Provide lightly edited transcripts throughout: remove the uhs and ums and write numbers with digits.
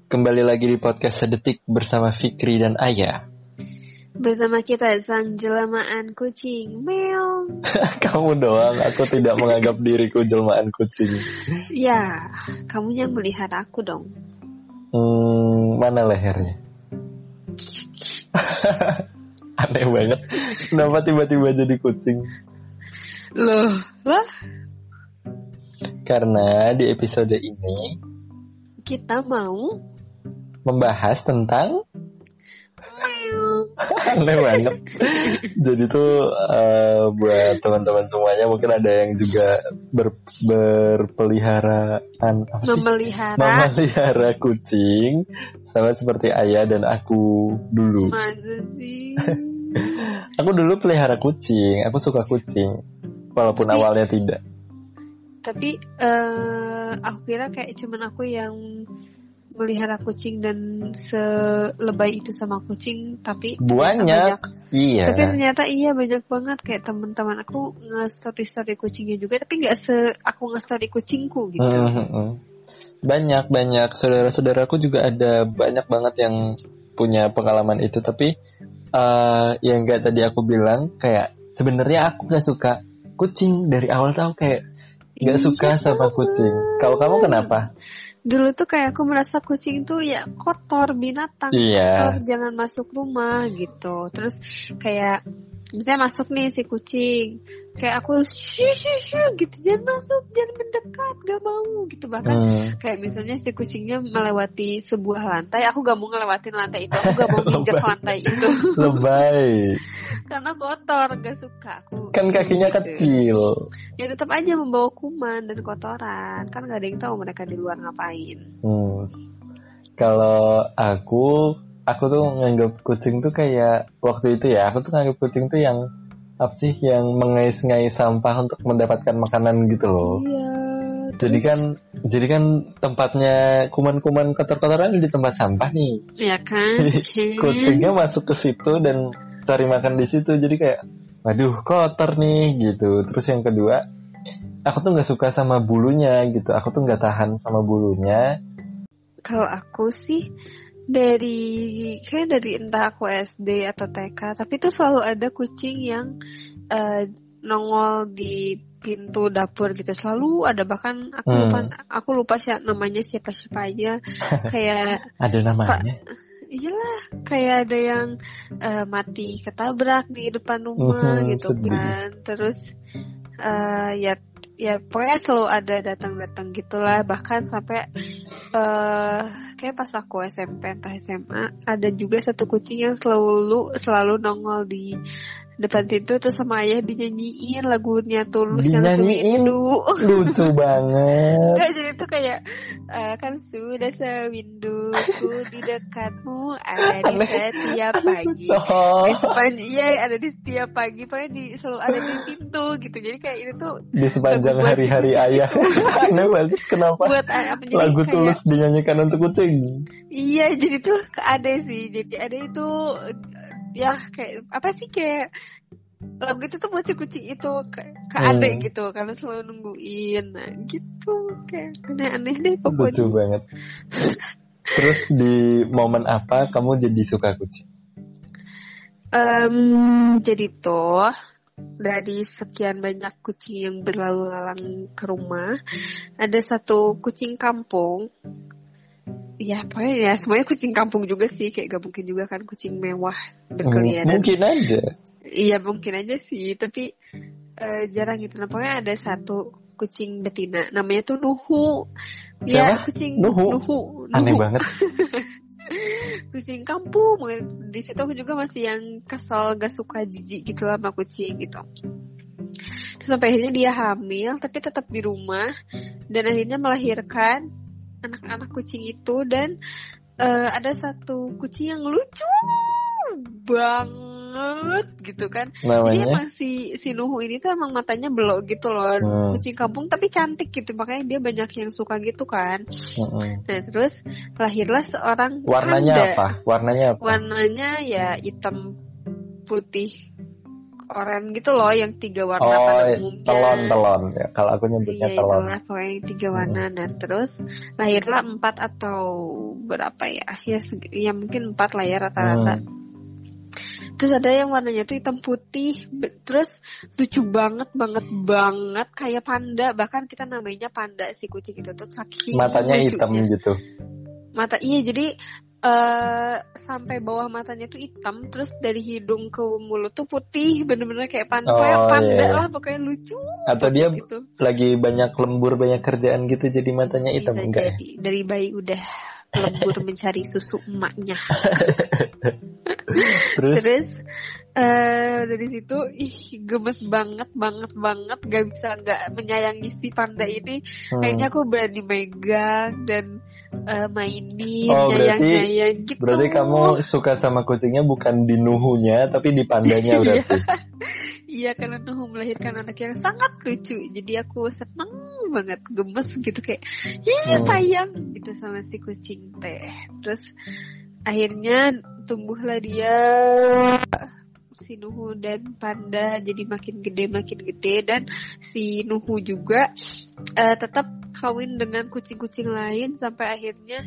Kembali lagi di podcast Sedetik bersama Fikri dan Ayah. Bersama kita sang jelmaan kucing, meong. Kamu doang, aku tidak menganggap diriku jelmaan kucing. Ya, kamu yang melihat aku dong. Mana lehernya? Aneh banget. Kenapa tiba-tiba jadi kucing? Loh, lah? Karena di episode ini Kita mau membahas tentang meong. aneh banget. Jadi tuh buat teman-teman semuanya mungkin ada yang juga berpeliharaan memelihara kucing sama seperti Ayah dan aku dulu. Masa sih? Aku dulu pelihara kucing, aku suka kucing walaupun awalnya tidak. Tapi aku kira kayak cuman aku yang melihara kucing dan selebay itu sama kucing, tapi banyak. Iya. Tapi ternyata banyak banget kayak teman-teman aku nge-story kucingnya juga, tapi nggak aku nge-story kucingku gitu. Banyak saudara-saudaraku juga ada banyak banget yang punya pengalaman itu, tapi yang kayak tadi aku bilang, kayak sebenarnya aku nggak suka kucing dari awal, tahu kayak nggak suka sama kucing. Kalau kamu kenapa? Dulu tuh kayak aku merasa kucing tuh ya kotor, binatang kotor, jangan masuk rumah gitu. Terus kayak misalnya masuk nih si kucing, kayak aku shu gitu, jangan masuk, jangan mendekat, gak mau gitu. Bahkan kayak misalnya si kucingnya melewati sebuah lantai, aku gak mau ngelewatin lantai itu, aku gak mau nginjak lantai itu. Lebay. Karena kotor, gak suka aku. Kan kakinya kecil. Ya tetap aja membawa kuman dan kotoran, kan gak ada yang tahu mereka di luar ngapain. Kalau aku tuh nganggap kucing tuh kayak waktu itu ya, aku tuh nganggap kucing tuh yang apa sih, yang mengais-ngais sampah untuk mendapatkan makanan gitu loh. Iya. Jadi kan tempatnya kuman-kuman kotor-kotoran di tempat sampah nih. Iya kan. Kucingnya masuk ke situ dan cari makan di situ. Jadi kayak, waduh kotor nih gitu. Terus yang kedua, aku tuh nggak suka sama bulunya gitu. Aku tuh nggak tahan sama bulunya. Kalau aku sih dari entah aku SD atau TK, tapi tuh selalu ada kucing yang nongol di pintu dapur gitu, selalu ada. Bahkan aku lupa namanya siapa aja. Kayak ada namanya. Iyalah, kayak ada yang mati ketabrak di depan rumah gitu sedih. Kan. Terus ya pokoknya selalu ada datang gitulah. Bahkan sampai kayak pas aku SMP entah SMA, ada juga satu kucing yang selalu nongol di depan pintu, terus sama Ayah dinyanyiin lagunya Tulus yang Sewindu. Lucu banget. Enggak, jadi itu kayak kan sudah sewinduku di dekatmu, ada di setiap pagi. Di sepanjang ada di setiap pagi, pokoknya selalu ada di pintu gitu. Jadi kayak itu tuh di sepanjang hari-hari Ayah. Aneh banget kenapa lagu kayak, Tulus dinyanyikan untuk kucing. Iya, jadi tuh ada sih. Jadi ada itu ya kayak apa sih, kayak lagu itu tuh buat si kucing itu ke adek gitu, karena selalu nungguin. Nah gitu, kayak aneh-aneh deh pokoknya. Lucu banget. Terus di momen apa kamu jadi suka kucing? Jadi tuh dari sekian banyak kucing yang berlalu lalang ke rumah, ada satu kucing kampung. Ya pokoknya ya semuanya kucing kampung juga sih, kayak gak mungkin juga kan kucing mewah berkeliaran. Mungkin aja. Iya mungkin aja sih, tapi jarang gitu. Nah pokoknya ada satu kucing betina, namanya tuh Nuhu. Ya kucing Nuhu. Aneh banget. Kucing kampung. Di situ aku juga masih yang kesel, gak suka, jijik gitu lah sama kucing gitu. Terus sampai akhirnya dia hamil, tapi tetap di rumah, dan akhirnya melahirkan anak-anak kucing itu. Dan ada satu kucing yang lucu banget gitu kan. Namanya? Jadi emang si Nuhu ini tuh emang matanya belok gitu loh. Kucing kampung tapi cantik gitu, makanya dia banyak yang suka gitu kan. Nah terus lahirlah seorang Warnanya panda. apa? Warnanya ya hitam putih oren gitu loh, yang 3 warna pada umumnya. Telon ya. Kalau aku nyebutnya Iya, telon. itulah pokoknya yang 3 warna. Nah terus lahirlah 4 atau berapa ya? Ya mungkin 4 lah ya rata-rata. Terus ada yang warnanya tuh hitam putih, terus lucu banget kayak panda, bahkan kita namanya panda si kucing itu tuh saking matanya lucunya. Hitam gitu. Iya jadi sampai bawah matanya tuh hitam, terus dari hidung ke mulut tuh putih, bener-bener kayak panda. Panda lah pokoknya lucu. Atau dia gitu. Lagi banyak lembur, banyak kerjaan gitu, jadi matanya hitam. Bisa enggak jadi ya? Dari bayi udah lembur mencari susu emaknya. Terus dari situ gemes banget, gak bisa gak menyayangi si panda ini. Kayaknya aku berani megang dan mainin, nyayang gitu. Berarti kamu suka sama kucingnya bukan di nuhunya, tapi di pandanya berarti. Iya, karena Nuhu melahirkan anak yang sangat lucu, jadi aku seneng banget, gemes gitu kayak sayang gitu sama si kucing teh. Terus akhirnya tumbuhlah dia, si Nuhu dan panda jadi makin gede, dan si Nuhu juga tetap kawin dengan kucing-kucing lain sampai akhirnya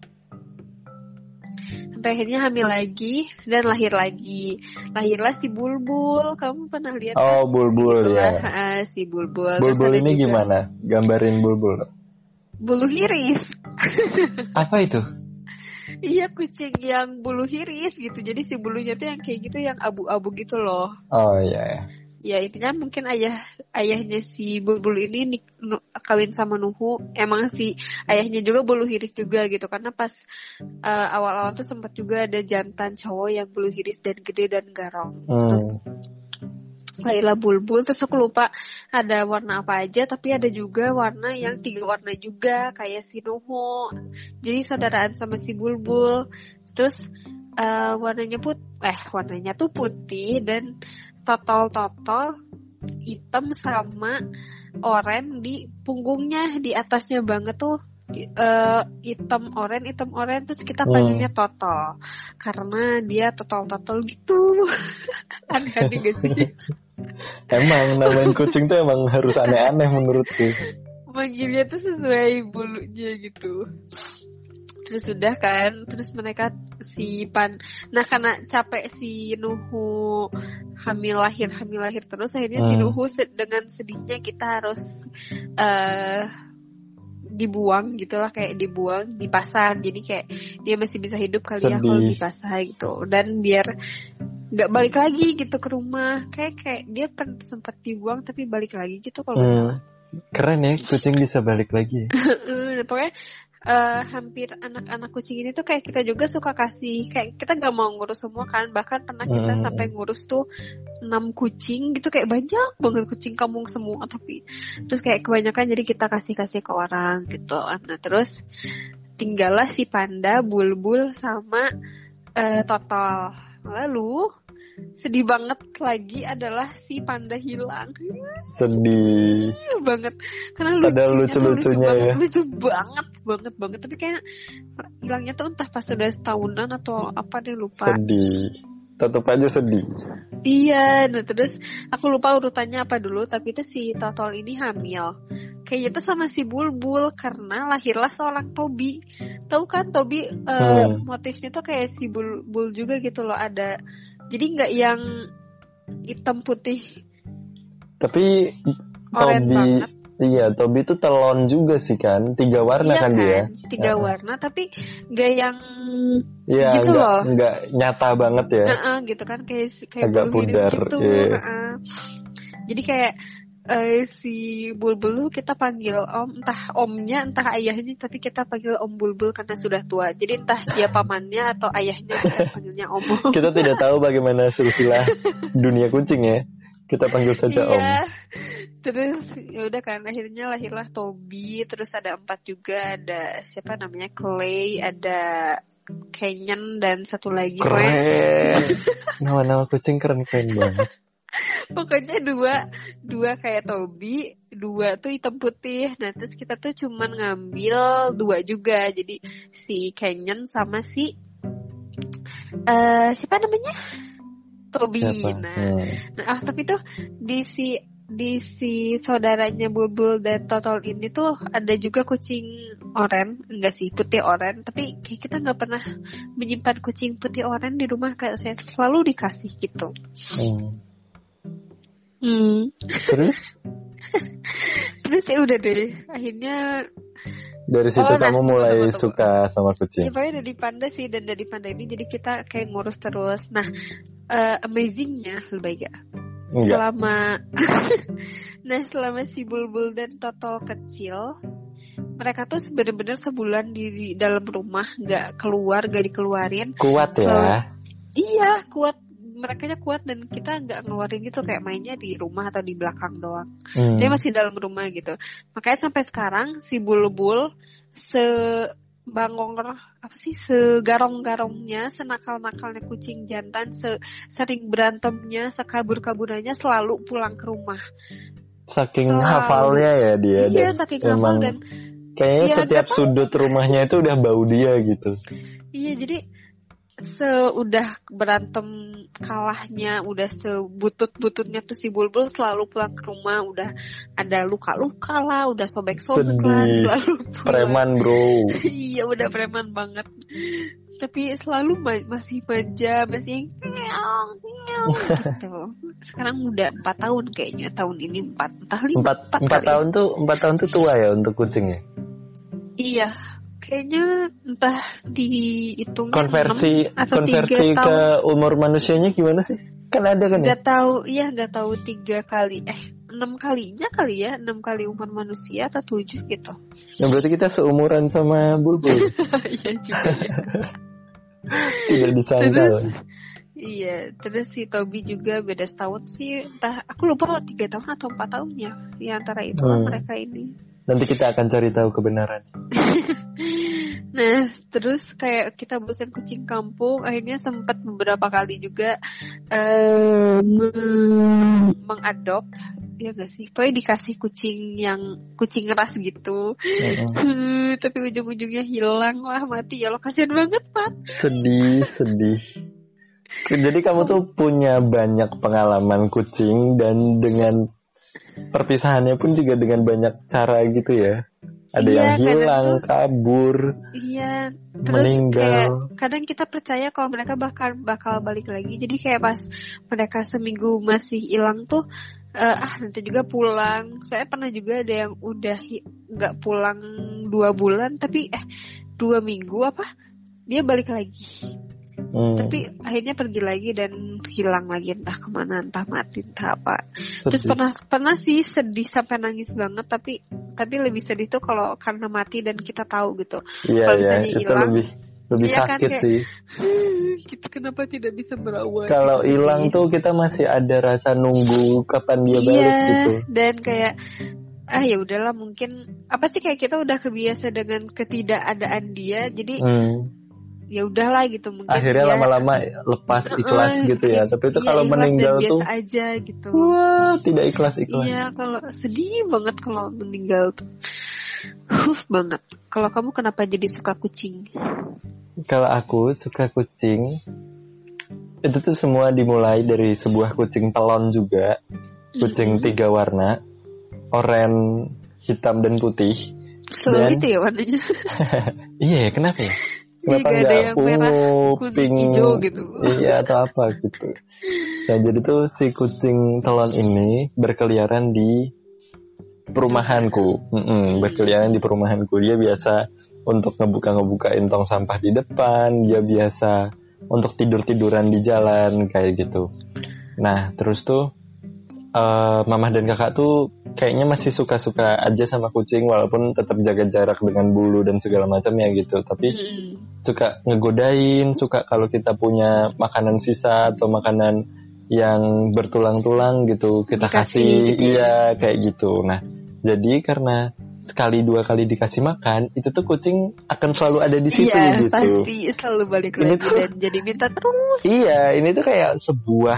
hamil lagi dan lahirlah si Bulbul. Kamu pernah lihat kan? Bulbul ya. Si Bulbul. Bulbul ini juga gimana? Gambarin Bulbul. Bulu hiris. Apa itu? Iya, kucing yang bulu hiris gitu. Jadi si bulunya tuh yang kayak gitu, yang abu-abu gitu loh. Oh iya. Ya intinya mungkin ayahnya si Bulbul ini kawin sama Nuhu. Emang si ayahnya juga bulu hiris juga gitu, karena pas awal-awal tuh sempat juga ada jantan cowok yang bulu hiris dan gede dan garong. Terus lahirlah Bulbul. Terus aku lupa ada warna apa aja, tapi ada juga warna yang 3 warna juga kayak si Nuhu. Jadi saudaraan sama si Bulbul. Terus warnanya tuh putih dan totol hitam sama oren di punggungnya, di atasnya banget tuh hitam oren, terus kita panggilnya totol karena dia totol gitu. Aneh-aneh gak sih? Emang namain kucing tuh emang harus aneh-aneh menurutku. Manggilnya tuh sesuai bulunya gitu. Terus udah kan, terus mereka nah karena capek si Nuhu hamil lahir terus, akhirnya si Nuhu dengan sedihnya kita harus dibuang gitulah, kayak dibuang, dipasang. Jadi kayak dia masih bisa hidup kali ya kalau dipasang gitu, dan biar nggak balik lagi gitu ke rumah. Kayak dia sempat dibuang tapi balik lagi gitu kalau nggak salah. Keren ya, kucing bisa balik lagi. Pokoknya hampir anak-anak kucing ini tuh kayak kita juga suka kasih, kayak kita gak mau ngurus semua kan, bahkan pernah kita sampai ngurus tuh 6 kucing gitu, kayak banyak banget kucing kampung semua, tapi terus kayak kebanyakan jadi kita kasih ke orang gitu. Nah terus tinggallah si panda, Bulbul sama Totol. Lalu sedih banget lagi adalah si panda hilang. Sedih banget karena lucunya lucu banget, tapi kayak hilangnya tuh entah pas sudah setahunan atau apa deh, lupa. Sedih, tetap aja sedih. Iya, nah terus aku lupa urutannya apa dulu, tapi itu si Totol ini hamil kayaknya tuh sama si Bulbul karena lahirlah seorang Tobi. Tahu kan Tobi motifnya tuh kayak si Bulbul juga gitu loh, ada. Jadi nggak yang hitam putih, tapi oren banget. Iya, Tobi itu telon juga sih kan, 3 warna iya kan dia. 3 warna, tapi nggak yang gitu loh. Nggak nyata banget ya. Gitu kan, kayak agak pudar gitu. Jadi kayak si Bulbul kita panggil om, entah omnya entah ayahnya, tapi kita panggil Om Bulbul karena sudah tua. Jadi entah dia pamannya atau ayahnya, kita panggilnya Om. Kita tidak tahu bagaimana silsilah dunia kucing ya. Kita panggil saja Om. Terus ya udah kan, akhirnya lahirlah Tobi. Terus ada 4 juga, ada siapa namanya, Clay, ada Canyon, dan satu lagi. Keren. Nama-nama kucing keren banget. Pokoknya dua kayak Tobi, 2 tuh hitam putih. Nah terus kita tuh cuman ngambil 2 juga, jadi si Canyon sama si siapa namanya, Toby. Nah, tapi tuh di si saudaranya Bulbul dan Totol ini tuh ada juga kucing oren, enggak sih putih oren, tapi kayak kita nggak pernah menyimpan kucing putih oren di rumah, kayak saya selalu dikasih gitu. Terus ya udah deh, akhirnya dari situ kamu mulai suka sama kucing. Ya pokoknya dari Panda sih, dan dari Panda ini jadi kita kayak ngurus terus. Nah, amazingnya lebih gak? Selama si Bulbul dan Totol kecil, mereka tuh bener-bener sebulan di dalam rumah, nggak keluar, nggak dikeluarin. Kuat ya? Iya, kuat. Merekanya kuat, dan kita nggak ngeluarin gitu, kayak mainnya di rumah atau di belakang doang. Dia masih dalam rumah gitu. Makanya sampai sekarang si Bulbul segarong-garongnya, senakal-nakalnya kucing jantan, sering berantemnya, sekabur-kaburannya selalu pulang ke rumah. Saking hafalnya ya dia. Iya, saking hafal, dan kayaknya setiap sudut rumahnya itu udah bau dia gitu. Iya, jadi seudah berantem kalahnya, udah sebutut-bututnya tuh si Bulbul selalu pulang ke rumah, udah ada luka-luka lah, udah sobek-sobek lah, selalu pulang. Preman bro. Iya, udah preman banget, tapi selalu masih manja, masih ngeong gitu. Sekarang udah 4 tahun kayaknya, tahun ini 4 tahun tuh tua ya untuk kucing ya. Iya, kayaknya entah dihitung konversi ke umur manusianya gimana sih? Kan ada kan ya? Gak tahu 3 kali 6 kalinya kali ya, 6 kali umur manusia atau 7 gitu. Nah, berarti kita seumuran sama Bulbul. Iya juga ya. Tidak disangka. Iya, terus si Toby juga beda setahun sih, entah aku lupa 3 tahun atau 4 tahun ya, di antara itu mereka ini. Nanti kita akan cari tahu kebenaran. Nah, terus kayak kita bosan kucing kampung, akhirnya sempat beberapa kali juga mengadop, ya gak sih? Pokoknya dikasih kucing ras gitu. Tapi ujung-ujungnya hilang lah, mati ya, lo kasihan banget, Pak. Sedih. Jadi kamu tuh punya banyak pengalaman kucing, dan dengan perpisahannya pun juga dengan banyak cara gitu ya. Ada yang hilang, kabur, terus meninggal. Kayak kadang kita percaya kalau mereka bakal balik lagi. Jadi kayak pas mereka seminggu masih hilang tuh, nanti juga pulang. Saya pernah juga ada yang udah nggak pulang 2 bulan, tapi 2 minggu dia balik lagi. Tapi akhirnya pergi lagi dan hilang lagi, entah kemana, entah mati, entah apa. Terus pernah sih sedih sampai nangis banget, tapi lebih sedih tuh kalau karena mati dan kita tahu gitu. Kalau misalnya hilang, lebih sakit kan, kayak, sih. Kita kenapa tidak bisa berawal? Kalau hilang tuh kita masih ada rasa nunggu kapan dia balik gitu. Dan kayak ya udahlah, mungkin kayak kita udah kebiasa dengan ketidakadaan dia, jadi ya udahlah gitu, mungkin akhirnya lama-lama lepas ikhlas gitu ya. Tapi itu kalau meninggal tuh biasa aja gitu. Wah, tidak ikhlas. Iya, kalau sedih banget kalau meninggal tuh. Banget. Kalau kamu kenapa jadi suka kucing? Kalau aku suka kucing, itu tuh semua dimulai dari sebuah kucing pelon juga. Kucing 3 warna, oranye, hitam dan putih. Selalu gitu ya warnanya. Iya ya, kenapa ya? Kenapa ada yang merah, kuning, hijau gitu. Iya, atau apa gitu. Nah, jadi tuh si kucing telon ini berkeliaran di perumahanku. Berkeliaran di perumahanku. Dia biasa untuk ngebukain tong sampah di depan. Dia biasa untuk tidur-tiduran di jalan kayak gitu. Nah, terus tuh Mama dan kakak tuh kayaknya masih suka-suka aja sama kucing, walaupun tetap jaga jarak dengan bulu dan segala macamnya gitu. Tapi suka ngegodain, suka kalau kita punya makanan sisa atau makanan yang bertulang-tulang gitu kita kasih gitu. Iya, kayak gitu. Nah, jadi karena sekali 2 kali dikasih makan, itu tuh kucing akan selalu ada di situ gitu. Iya, pasti selalu balik lagi dan jadi minta terus. Iya, ini tuh kayak sebuah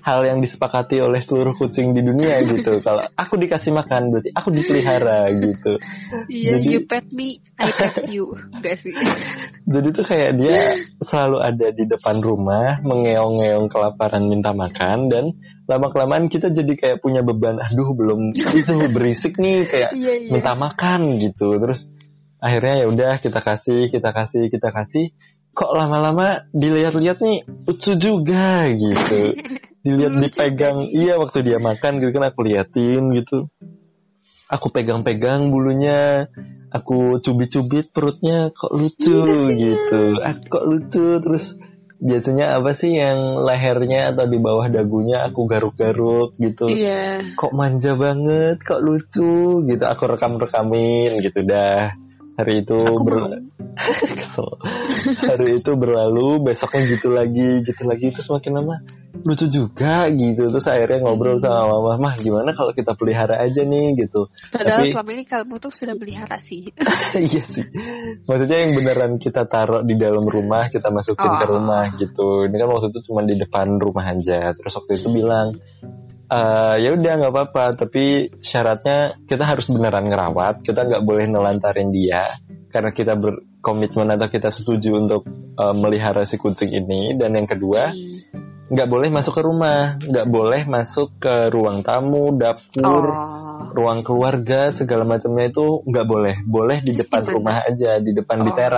hal yang disepakati oleh seluruh kucing di dunia gitu. Kalau aku dikasih makan berarti aku dipelihara gitu. Iya, Jadi, you pet me, I pet you. Enggak sih. jadi tuh kayak dia selalu ada di depan rumah, mengeong-ngeong kelaparan minta makan, dan lama-kelamaan kita jadi kayak punya beban, aduh belum itu berisik nih kayak Iya. minta makan gitu. Terus akhirnya ya udah kita kasih. Kok lama-lama dilihat-lihat nih lucu juga gitu. Dilihat Lucu dipegang, juga nih. iya waktu dia makan gitu kan aku liatin gitu. Aku pegang-pegang bulunya, aku cubit-cubit perutnya, kok lucu gitu. Kok lucu. Terus biasanya apa sih yang lehernya atau di bawah dagunya aku garuk-garuk gitu. Iya. Kok manja banget, kok lucu gitu. Aku rekam-rekamin gitu dah. Hari itu Aku mau. Kesel. Hari itu berlalu, besoknya gitu lagi, terus makin lama lucu juga gitu. Terus akhirnya ngobrol sama mama, mah gimana kalau kita pelihara aja nih gitu. Padahal Tapi selama ini kamu tuh sudah pelihara sih. iya sih, maksudnya yang beneran kita taruh di dalam rumah, kita masukin ke rumah gitu. Ini kan waktu itu cuma di depan rumah aja. Terus waktu itu bilang, ya udah nggak apa-apa, tapi syaratnya kita harus beneran ngerawat, kita nggak boleh nelantarin dia karena kita berkomitmen atau kita setuju untuk melihara si kucing ini. Dan yang kedua, nggak boleh masuk ke rumah, nggak boleh masuk ke ruang tamu, dapur, ruang keluarga, segala macamnya itu nggak boleh. Boleh di depan rumah aja, di depan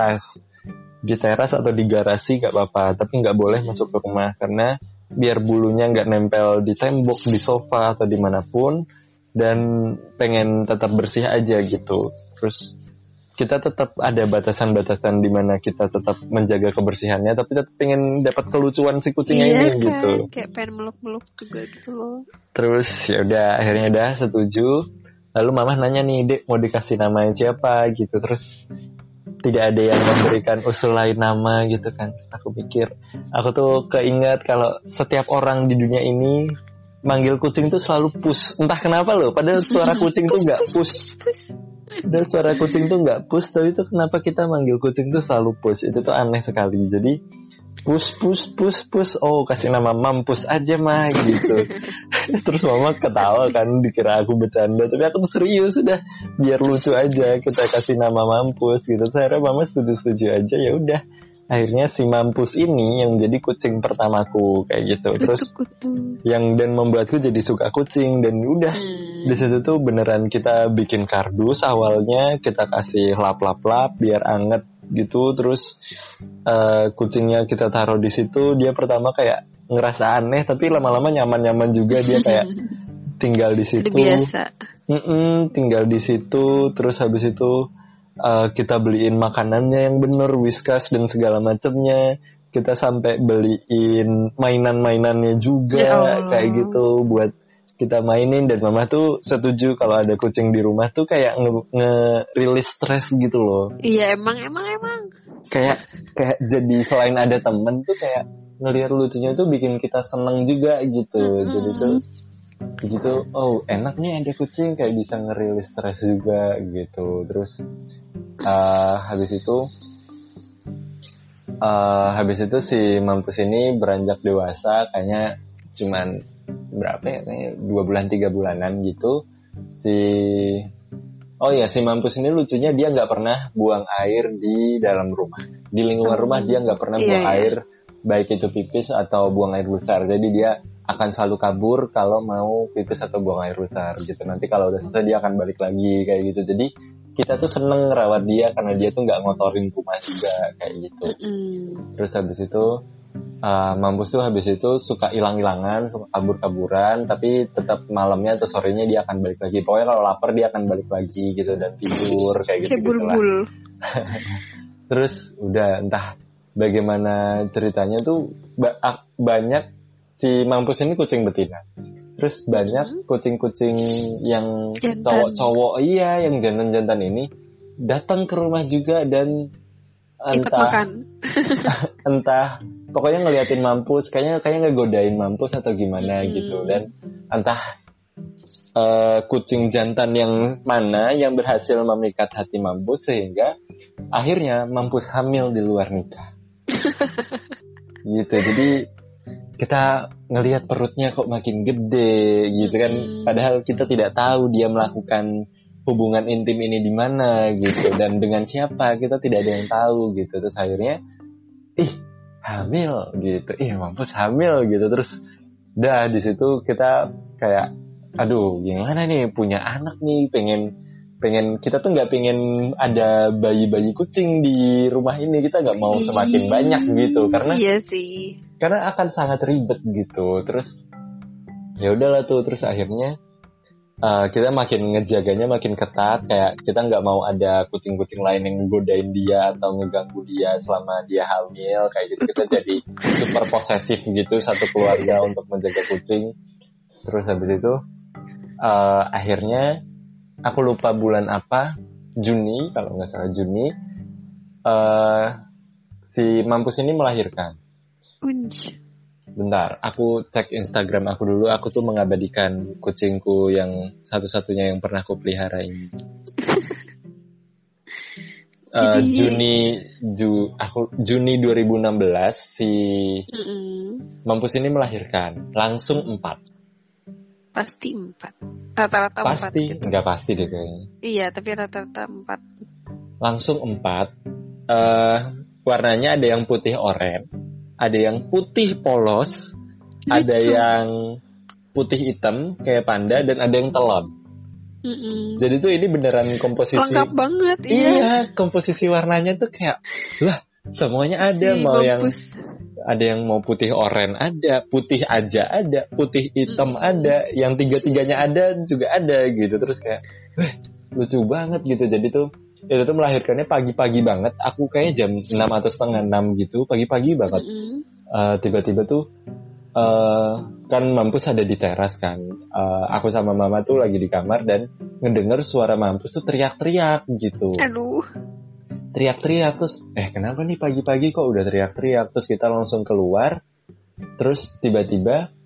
di teras atau di garasi nggak apa-apa, tapi nggak boleh masuk ke rumah karena biar bulunya nggak nempel di tembok, di sofa atau dimanapun, dan pengen tetap bersih aja gitu. Terus kita tetap ada batasan-batasan di mana kita tetap menjaga kebersihannya, tapi tetap pengen dapat kelucuan si kucingnya ini kan? gitu. Kayak pengen meluk-meluk juga gitu loh. Terus ya udah akhirnya udah setuju. Lalu mama nanya nih, Dek mau dikasih namanya siapa gitu. Terus tidak ada yang memberikan usul lain nama gitu kan. Aku pikir, aku tuh keinget kalau setiap orang di dunia ini manggil kucing tuh selalu push. Entah kenapa loh, padahal suara kucing tuh nggak push. Dan suara kucing tuh nggak push, tapi itu kenapa kita manggil kucing tuh selalu push? Itu tuh aneh sekali. Jadi push. Oh kasih nama mampus aja mah gitu. Terus mama ketawa kan, dikira aku bercanda, tapi aku tuh serius, sudah biar lucu aja kita kasih nama mampus gitu. Terus akhirnya mama setuju aja, ya udah. Akhirnya si mampus ini yang menjadi kucing pertamaku kayak gitu. Terus yang dan membuatku jadi suka kucing, dan udah di situ tuh beneran kita bikin kardus awalnya, kita kasih lap biar anget gitu. Terus kucingnya kita taruh di situ, dia pertama kayak ngerasa aneh, tapi lama-lama nyaman juga, dia kayak tinggal di situ. Biasa. Tinggal di situ. Terus habis itu kita beliin makanannya yang bener, Whiskas dan segala macamnya. Kita sampai beliin mainan-mainannya juga kayak gitu buat kita mainin. Dan mama tuh setuju kalau ada kucing di rumah tuh kayak nge-release stres gitu loh. Iya emang. Kayak jadi selain ada temen tuh kayak ngelihat lucunya tuh bikin kita seneng juga gitu. Jadi tuh oh enak nih ada kucing, kayak bisa ngerilis stres juga gitu. Terus habis itu si mampus ini beranjak dewasa, kayaknya cuman berapa ya, kayaknya 2-3 bulanan gitu. Si mampus ini lucunya dia nggak pernah buang air di dalam rumah, di lingkungan rumah dia nggak pernah buang air, baik itu pipis atau buang air besar. Jadi dia akan selalu kabur kalau mau pipis atau buang air besar gitu. Nanti kalau udah selesai dia akan balik lagi kayak gitu. Jadi kita tuh seneng ngerawat dia karena dia tuh nggak ngotorin rumah juga kayak gitu. Terus habis itu mampus tuh habis itu suka hilang-hilangan, suka kabur-kaburan, tapi tetap malamnya atau sorenya dia akan balik lagi. Pokoknya kalau lapar dia akan balik lagi gitu dan tidur kayak gitu lah. Terus udah entah bagaimana ceritanya tuh banyak si mampus ini kucing betina. Terus banyak kucing-kucing yang cowok-cowok yang jantan-jantan ini datang ke rumah juga dan entah pokoknya ngeliatin mampus, kayaknya ngegodain mampus atau gimana gitu. Dan entah kucing jantan yang mana yang berhasil memikat hati mampus sehingga akhirnya mampus hamil di luar nikah. Gitu. Jadi kita ngelihat perutnya kok makin gede gitu kan, padahal kita tidak tahu dia melakukan hubungan intim ini di mana gitu dan dengan siapa, kita tidak ada yang tahu gitu. Terus akhirnya hamil gitu, mampus hamil gitu. Terus di situ kita kayak aduh gimana nih, punya anak nih, pengen kita tuh nggak pengen ada bayi kucing di rumah ini, kita nggak mau semakin banyak gitu karena iya sih, karena akan sangat ribet gitu. Terus ya udahlah tuh, terus akhirnya kita makin ngejaganya makin ketat, kayak kita nggak mau ada kucing-kucing lain yang ngegodain dia atau ngeganggu dia selama dia hamil kayak gitu. Kita jadi super posesif gitu satu keluarga untuk menjaga kucing. Terus habis itu akhirnya aku lupa bulan apa, Juni kalau nggak salah Juni, si mampus ini melahirkan. Bentar, aku cek Instagram aku dulu. Aku tuh mengabadikan kucingku yang satu-satunya yang pernah aku pelihara ini. Juni 2016 si mampus ini melahirkan langsung 4. Pasti 4. Rata-rata 4. Pasti, gitu. Nggak pasti deh kayaknya. Iya, tapi rata-rata 4. Langsung 4. Warnanya ada yang putih oranye, ada yang putih polos, ada yang putih hitam kayak panda, dan ada yang telon. Jadi tuh ini beneran komposisi lengkap banget. Iya, komposisi warnanya tuh kayak lah semuanya ada. Ada yang mau putih oranye ada, putih aja ada, putih hitam ada, yang tiga-tiganya ada juga ada gitu. Terus kayak lucu banget gitu. Jadi tuh itu tuh melahirkannya pagi-pagi banget. Aku kayaknya jam 6 atau setengah 6 gitu, pagi-pagi banget. Tiba-tiba tuh kan mampus ada di teras kan. Aku sama mama tuh lagi di kamar dan ngedenger suara mampus tuh teriak-teriak gitu. Aduh. Teriak-teriak, terus kenapa nih pagi-pagi kok udah teriak-teriak. Terus kita langsung keluar. Terus tiba-tiba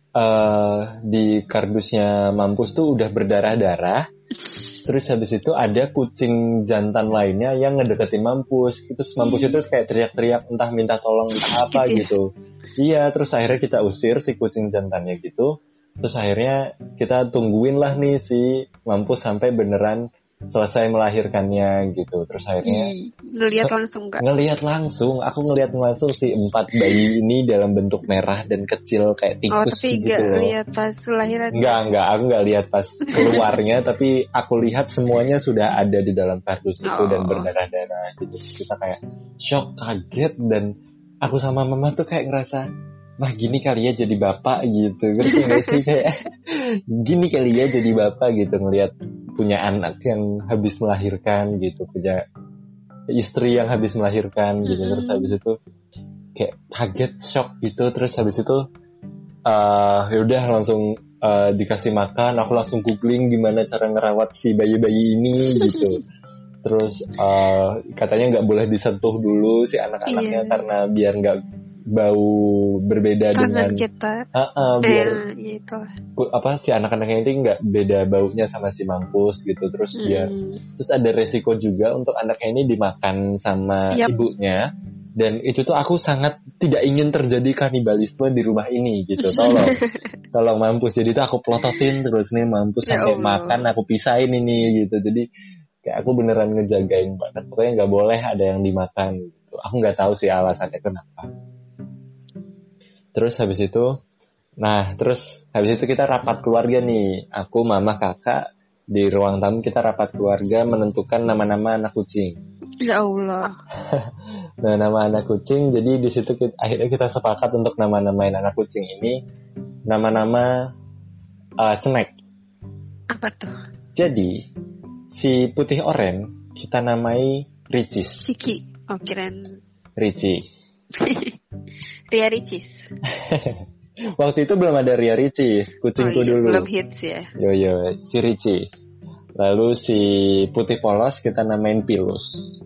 di kardusnya mampus tuh udah berdarah-darah. Terus habis itu ada kucing jantan lainnya yang ngedeketin mampus. Terus mampus itu kayak teriak-teriak, entah minta tolong entah apa gitu. Iya, terus akhirnya kita usir si kucing jantannya gitu. Terus akhirnya kita tungguin lah nih si mampus sampai beneran selesai melahirkannya gitu. Terus akhirnya ngelihat langsung nggak? Ngelihat langsung, aku ngelihat langsung si 4 bayi ini dalam bentuk merah dan kecil kayak tikus tapi gitu loh. Lihat pas lahiran? Enggak, aku nggak lihat pas keluarnya, tapi aku lihat semuanya sudah ada di dalam kardus itu dan berdarah-darah gitu. Kita kayak shock, kaget, dan aku sama mama tuh kayak ngerasa, nah gini kali ya jadi bapak gitu. Terus kayak gini kali ya jadi bapak gitu, ngelihat punya anak yang habis melahirkan gitu, punya istri yang habis melahirkan gitu. Terus habis itu kayak kaget, shock gitu. Terus habis itu ya udah langsung dikasih makan. Aku langsung googling gimana cara ngerawat si bayi-bayi ini gitu. Terus katanya nggak boleh disentuh dulu si anak-anaknya karena biar nggak bau berbeda dengan kita. Biar si anak-anaknya ini nggak beda baunya sama si mampus gitu. Terus terus ada resiko juga untuk anaknya ini dimakan sama ibunya. Dan itu tuh aku sangat tidak ingin terjadi kanibalisme di rumah ini gitu. Tolong mampus. Jadi tuh aku plototin terus nih mampus sampai makan, aku pisahin ini gitu. Jadi kayak aku beneran ngejagain banget. Pokoknya nggak boleh ada yang dimakan gitu. Aku nggak tahu sih alasannya kenapa. Terus habis itu kita rapat keluarga nih. Aku, mama, kakak di ruang tamu, kita rapat keluarga menentukan nama-nama anak kucing. Ya Allah. Nah, nama anak kucing. Jadi di situ akhirnya kita sepakat untuk nama-namain anak kucing ini nama-nama snack. Apa tuh? Jadi si putih oranye kita namai Ricis. Siki. Oh, keren. Ricis. Ria Ricis. Waktu itu belum ada Ria Ricis, kucingku dulu. Belum hits ya. Yo, si Ricis. Lalu si putih polos kita namain Pilus.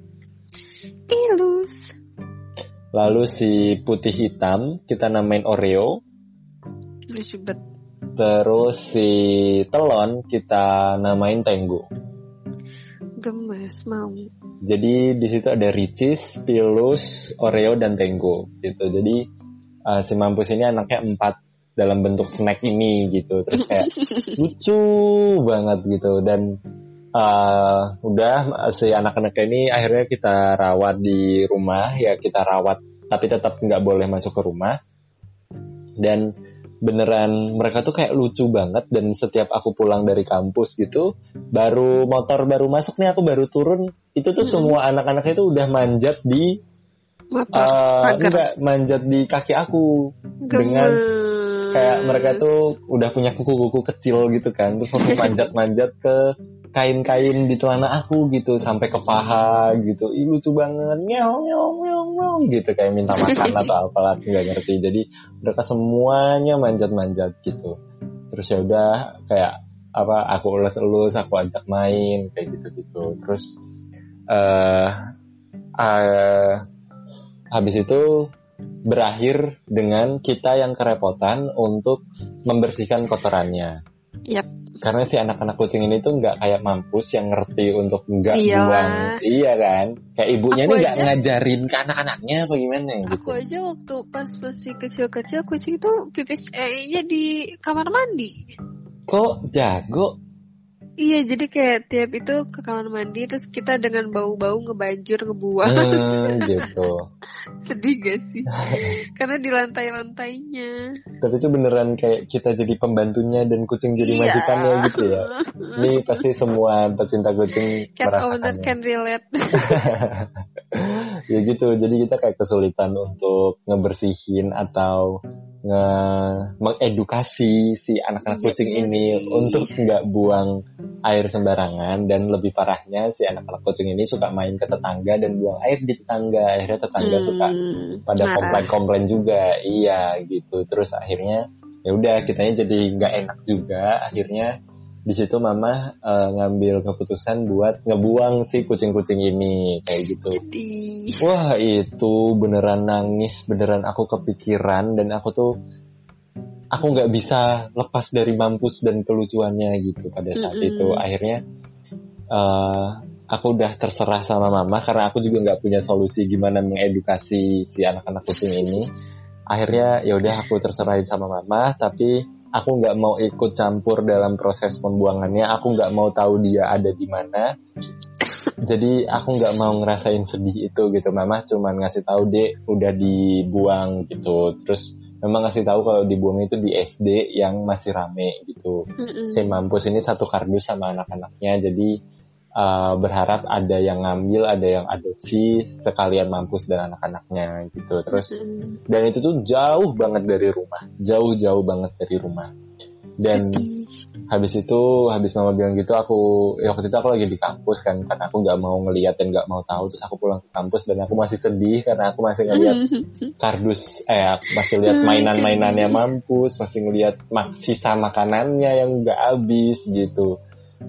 Lalu si putih hitam kita namain Oreo. Lucu banget. Terus si telon kita namain Tenggo. Gemes mau. Jadi di situ ada Ricis, Pilus, Oreo, dan Tenggo gitu. Jadi si mampus ini anaknya 4 dalam bentuk snack ini gitu. Terus kayak lucu banget gitu. Dan udah si anak-anak ini akhirnya kita rawat di rumah. Ya kita rawat tapi tetap nggak boleh masuk ke rumah. Dan beneran mereka tuh kayak lucu banget. Dan setiap aku pulang dari kampus gitu, motor baru masuk nih, aku baru turun, itu tuh semua anak-anaknya tuh udah manjat di enggak, manjat di kaki aku. Dengan kayak mereka tuh udah punya kuku-kuku kecil gitu kan. Terus aku manjat-manjat ke kain-kain di celana aku gitu, sampai ke paha gitu. Ih, lucu banget. Nyaw, nyaw, nyaw, nyaw, gitu. Kayak minta makan atau apalah, aku gak ngerti. Jadi mereka semuanya manjat-manjat gitu. Terus ya udah kayak aku elus-elus, aku ajak main kayak gitu-gitu. Terus habis itu berakhir dengan kita yang kerepotan untuk membersihkan kotorannya. Yap. Karena si anak-anak kucing ini tuh nggak kayak mampus yang ngerti untuk nggak buang. Iya kan? Kayak ibunya ini nggak ngajarin ke anak-anaknya apa gimana gitu. Aku aja waktu pas masih kecil-kecil, kucing itu pipis nya di kamar mandi. Kok jago? Iya, jadi kayak tiap itu ke kamar mandi, terus kita dengan bau-bau ngebanjur, ngebuang. Gitu. Sedih gak sih? Karena di lantai-lantainya. Tapi itu beneran kayak kita jadi pembantunya dan kucing jadi majikannya gitu ya. Ini pasti semua pecinta kucing cat owner can relate. Ya gitu, jadi kita kayak kesulitan untuk ngebersihin atau mengedukasi si anak-anak kucing ini untuk nggak buang air sembarangan. Dan lebih parahnya si anak-anak kucing ini suka main ke tetangga dan buang air di tetangga. Akhirnya tetangga suka pada komplain-komplain juga. Iya gitu. Terus akhirnya ya udah, kitanya jadi nggak enak juga. Akhirnya di situ mama ngambil keputusan buat ngebuang si kucing-kucing ini kayak gitu. Wah, itu beneran nangis, beneran aku kepikiran. Dan aku nggak bisa lepas dari mampus dan kelucuannya gitu pada saat itu. Akhirnya aku udah terserah sama mama karena aku juga nggak punya solusi gimana mengedukasi si anak-anak kucing ini. Akhirnya ya udah, aku terserahin sama mama, tapi aku nggak mau ikut campur dalam proses pembuangannya. Aku nggak mau tahu dia ada di mana. Jadi aku nggak mau ngerasain sedih itu gitu. Mama cuman ngasih tahu, Dek udah dibuang gitu. Terus memang ngasih tahu kalau dibuang itu di SD yang masih rame gitu. Si mampus ini satu kardus sama anak-anaknya. Jadi berharap ada yang ngambil, ada yang adopsi sekalian mampus dan anak-anaknya gitu. Terus dan itu tuh jauh banget dari rumah, jauh banget dari rumah. Dan habis mama bilang gitu, waktu itu aku lagi di kampus kan, karena aku nggak mau ngelihat dan nggak mau tahu. Terus aku pulang ke kampus dan aku masih sedih karena aku masih ngelihat kardus, masih lihat mainan-mainannya mampus, masih ngelihat sisa makanannya yang nggak habis gitu.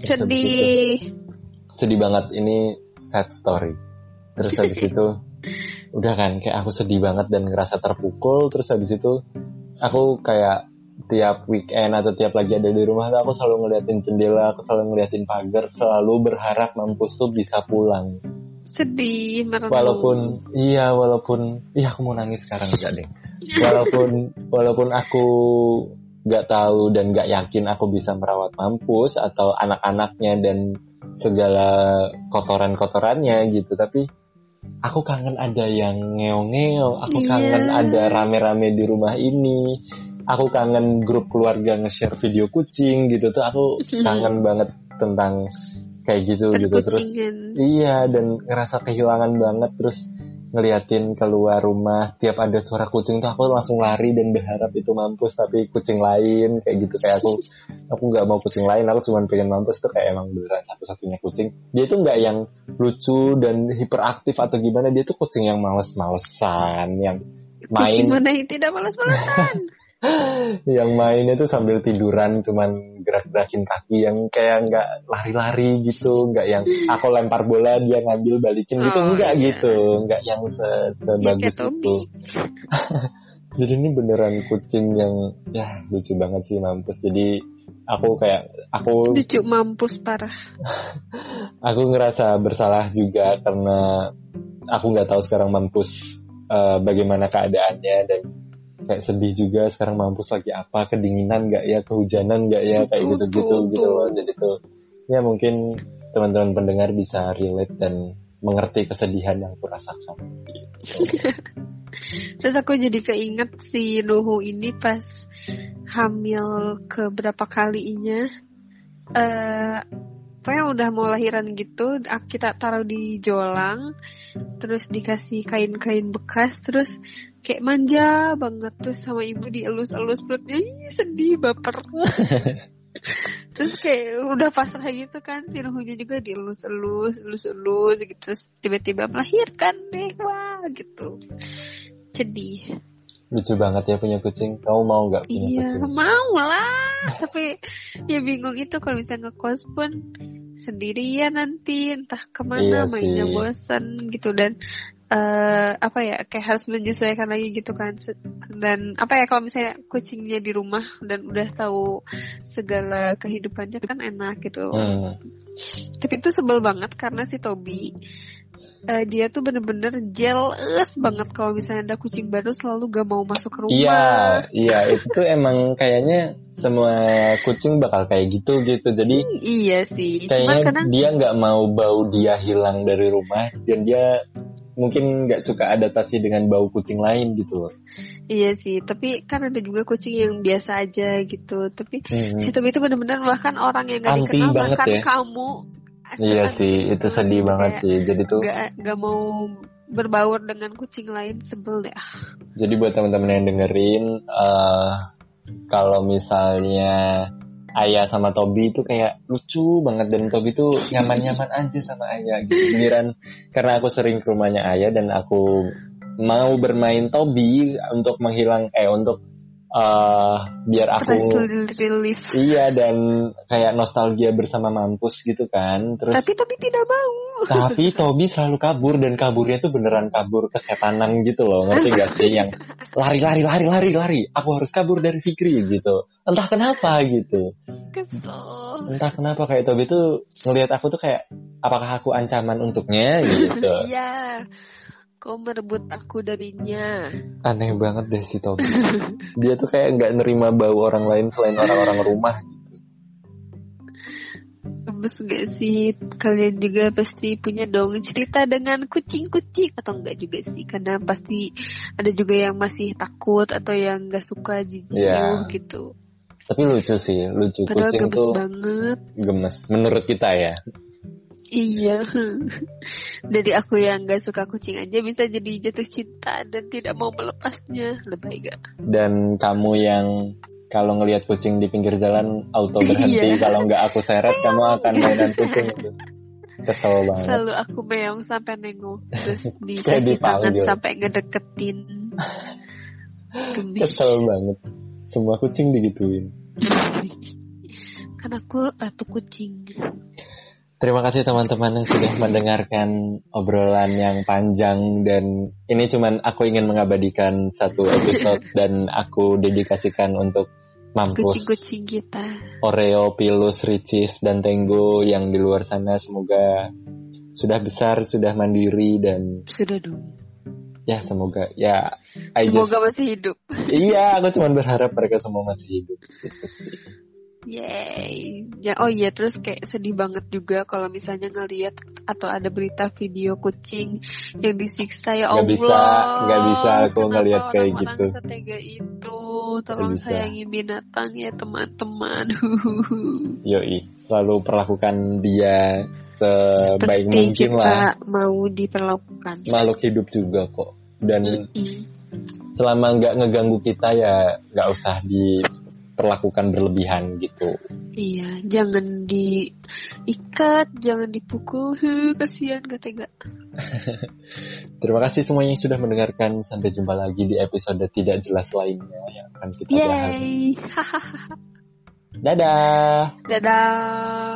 Sedih banget, ini sad story. Terus habis itu udah kan, kayak aku sedih banget dan ngerasa terpukul. Terus habis itu aku kayak tiap weekend atau tiap lagi ada di rumah tuh aku selalu ngeliatin jendela, aku selalu ngeliatin pagar, selalu berharap mampus tuh bisa pulang. Sedih, merenung. Walaupun aku mau nangis sekarang enggak deh. Walaupun aku nggak tahu dan nggak yakin aku bisa merawat mampus atau anak-anaknya dan segala kotoran-kotorannya gitu, tapi aku kangen ada yang ngeong-ngeong, aku kangen ada rame-rame di rumah ini, aku kangen grup keluarga nge-share video kucing gitu tuh, aku kangen banget tentang kayak gitu. Terus dan ngerasa kehilangan banget. Terus ngeliatin keluar rumah, tiap ada suara kucing tuh aku langsung lari dan berharap itu mampus tapi kucing lain kayak gitu. Kayak aku nggak mau kucing lain, aku cuma pengen mampus tuh, kayak emang beneran satu-satunya kucing. Dia tuh nggak yang lucu dan hiperaktif atau gimana, dia tuh kucing yang males-malesan, yang main. Kucing mana yang tidak males-malesan? Yang mainnya tuh sambil tiduran, cuman gerak-gerakin kaki, yang kayak nggak lari-lari gitu, nggak yang aku lempar bola dia ngambil balikin gitu, gitu, nggak yang sebagus itu. Jadi ini beneran kucing yang lucu banget sih mampus. Jadi aku lucu mampus parah. Aku ngerasa bersalah juga karena aku nggak tahu sekarang mampus bagaimana keadaannya, dan kayak sedih juga sekarang mampus lagi apa, kedinginan nggak ya, kehujanan nggak ya, kayak gitu-gitu gitu loh. Jadi tuh ya mungkin teman-teman pendengar bisa relate dan mengerti kesedihan yang aku rasakan gitu. Terus aku jadi keinget si Nuhu ini pas hamil ke berapa kalinya, pokoknya udah mau lahiran gitu, kita taruh di jolang, terus dikasih kain-kain bekas, terus kayak manja banget, terus sama ibu dielus-elus perutnya, sedih baper. Terus kayak udah pasrah gitu kan, si Nuhunya juga dielus-elus gitu, terus tiba-tiba melahirkan deh, wah gitu. Sedih. Lucu banget ya punya kucing. Kamu mau nggak punya kucing? Iya, mau lah. Tapi ya bingung itu kalau misalnya ngekos pun sendirian nanti entah kemana, mainnya bosan gitu. Dan apa ya, kayak harus menyesuaikan lagi gitu kan. Dan apa ya, kalau misalnya kucingnya di rumah dan udah tahu segala kehidupannya kan enak gitu. Tapi itu sebel banget karena si Toby, dia tuh bener-bener jealous banget kalau misalnya ada kucing baru, selalu gak mau masuk ke rumah. Iya, itu tuh emang kayaknya semua kucing bakal kayak gitu. Jadi iya sih, kayaknya kadang dia nggak mau bau dia hilang dari rumah, dan dia mungkin nggak suka adaptasi dengan bau kucing lain gitu loh. Iya sih, tapi kan ada juga kucing yang biasa aja gitu. Tapi si Toby itu bener-bener bahkan orang yang gak dikenal, bahkan ya? Kamu. Iya sih, itu sedih banget sih. Jadi tuh gak mau berbaur dengan kucing lain, sebel deh. Jadi buat teman-teman yang dengerin, kalau misalnya Ayah sama Toby itu kayak lucu banget, dan Toby tuh nyaman-nyaman aja sama Ayah gitu. Giliran karena aku sering ke rumahnya Ayah dan aku mau bermain Toby untuk untuk biar aku iya, dan kayak nostalgia bersama mampus gitu kan. Terus tapi Toby tidak mau. Tapi Toby selalu kabur, dan kaburnya tuh beneran kabur kesetanan gitu loh, ngerti gak sih? Yang lari, aku harus kabur dari Fikri gitu. Entah kenapa gitu. Kesel. Entah kenapa kayak Toby tuh ngelihat aku tuh kayak, apakah aku ancaman untuknya gitu. Iya. Kau merebut aku darinya. Aneh banget deh si Toby. Dia tuh kayak nggak nerima bau orang lain selain orang-orang rumah. Gemes gak sih? Kalian juga pasti punya dong cerita dengan kucing-kucing, atau enggak juga sih? Karena pasti ada juga yang masih takut atau yang nggak suka jijik gitu. Tapi lucu sih, lucu. Padahal kucing gemes tuh banget. Gemes menurut kita ya. Iya. Dari aku yang gak suka kucing aja bisa jadi jatuh cinta dan tidak mau melepasnya. Lebay gak? Dan kamu yang kalau ngelihat kucing di pinggir jalan auto berhenti. Kalau nggak aku seret, kamu akan mainan kucing itu. Kesel banget. Selalu aku meong sampai nengok, terus dikasih tangan sampai ngedeketin. Kesel banget. Semua kucing digituin. Kan aku ratu kucing. Terima kasih teman-teman yang sudah mendengarkan obrolan yang panjang, dan ini cuman aku ingin mengabadikan satu episode dan aku dedikasikan untuk mampus kucing-kucing kita. Oreo, Pilus, Ricis, dan Tenggo yang di luar sana, semoga sudah besar, sudah mandiri, dan sudah dong. Ya semoga ya. Semoga masih hidup. Iya, aku cuma berharap mereka semua masih hidup. Gitu sih. Yeay. Ya, oh iya, terus kayak sedih banget juga kalau misalnya ngelihat atau ada berita video kucing yang disiksa, ya Allah. Gak bisa aku ngelihat kayak gitu. Kenapa setega itu? Tolong sayangi binatang ya teman-teman. Yoi, selalu perlakukan dia sebaik mungkin lah. Mau diperlakukan. Makhluk hidup juga kok. Dan selama nggak ngeganggu kita ya nggak usah diperlakukan berlebihan gitu. Iya, jangan diikat, jangan dipukul, kasihan, gak tega. Terima kasih semuanya yang sudah mendengarkan. Sampai jumpa lagi di episode tidak jelas lainnya yang akan kita bahas. Yeay. Dadah. Dadah.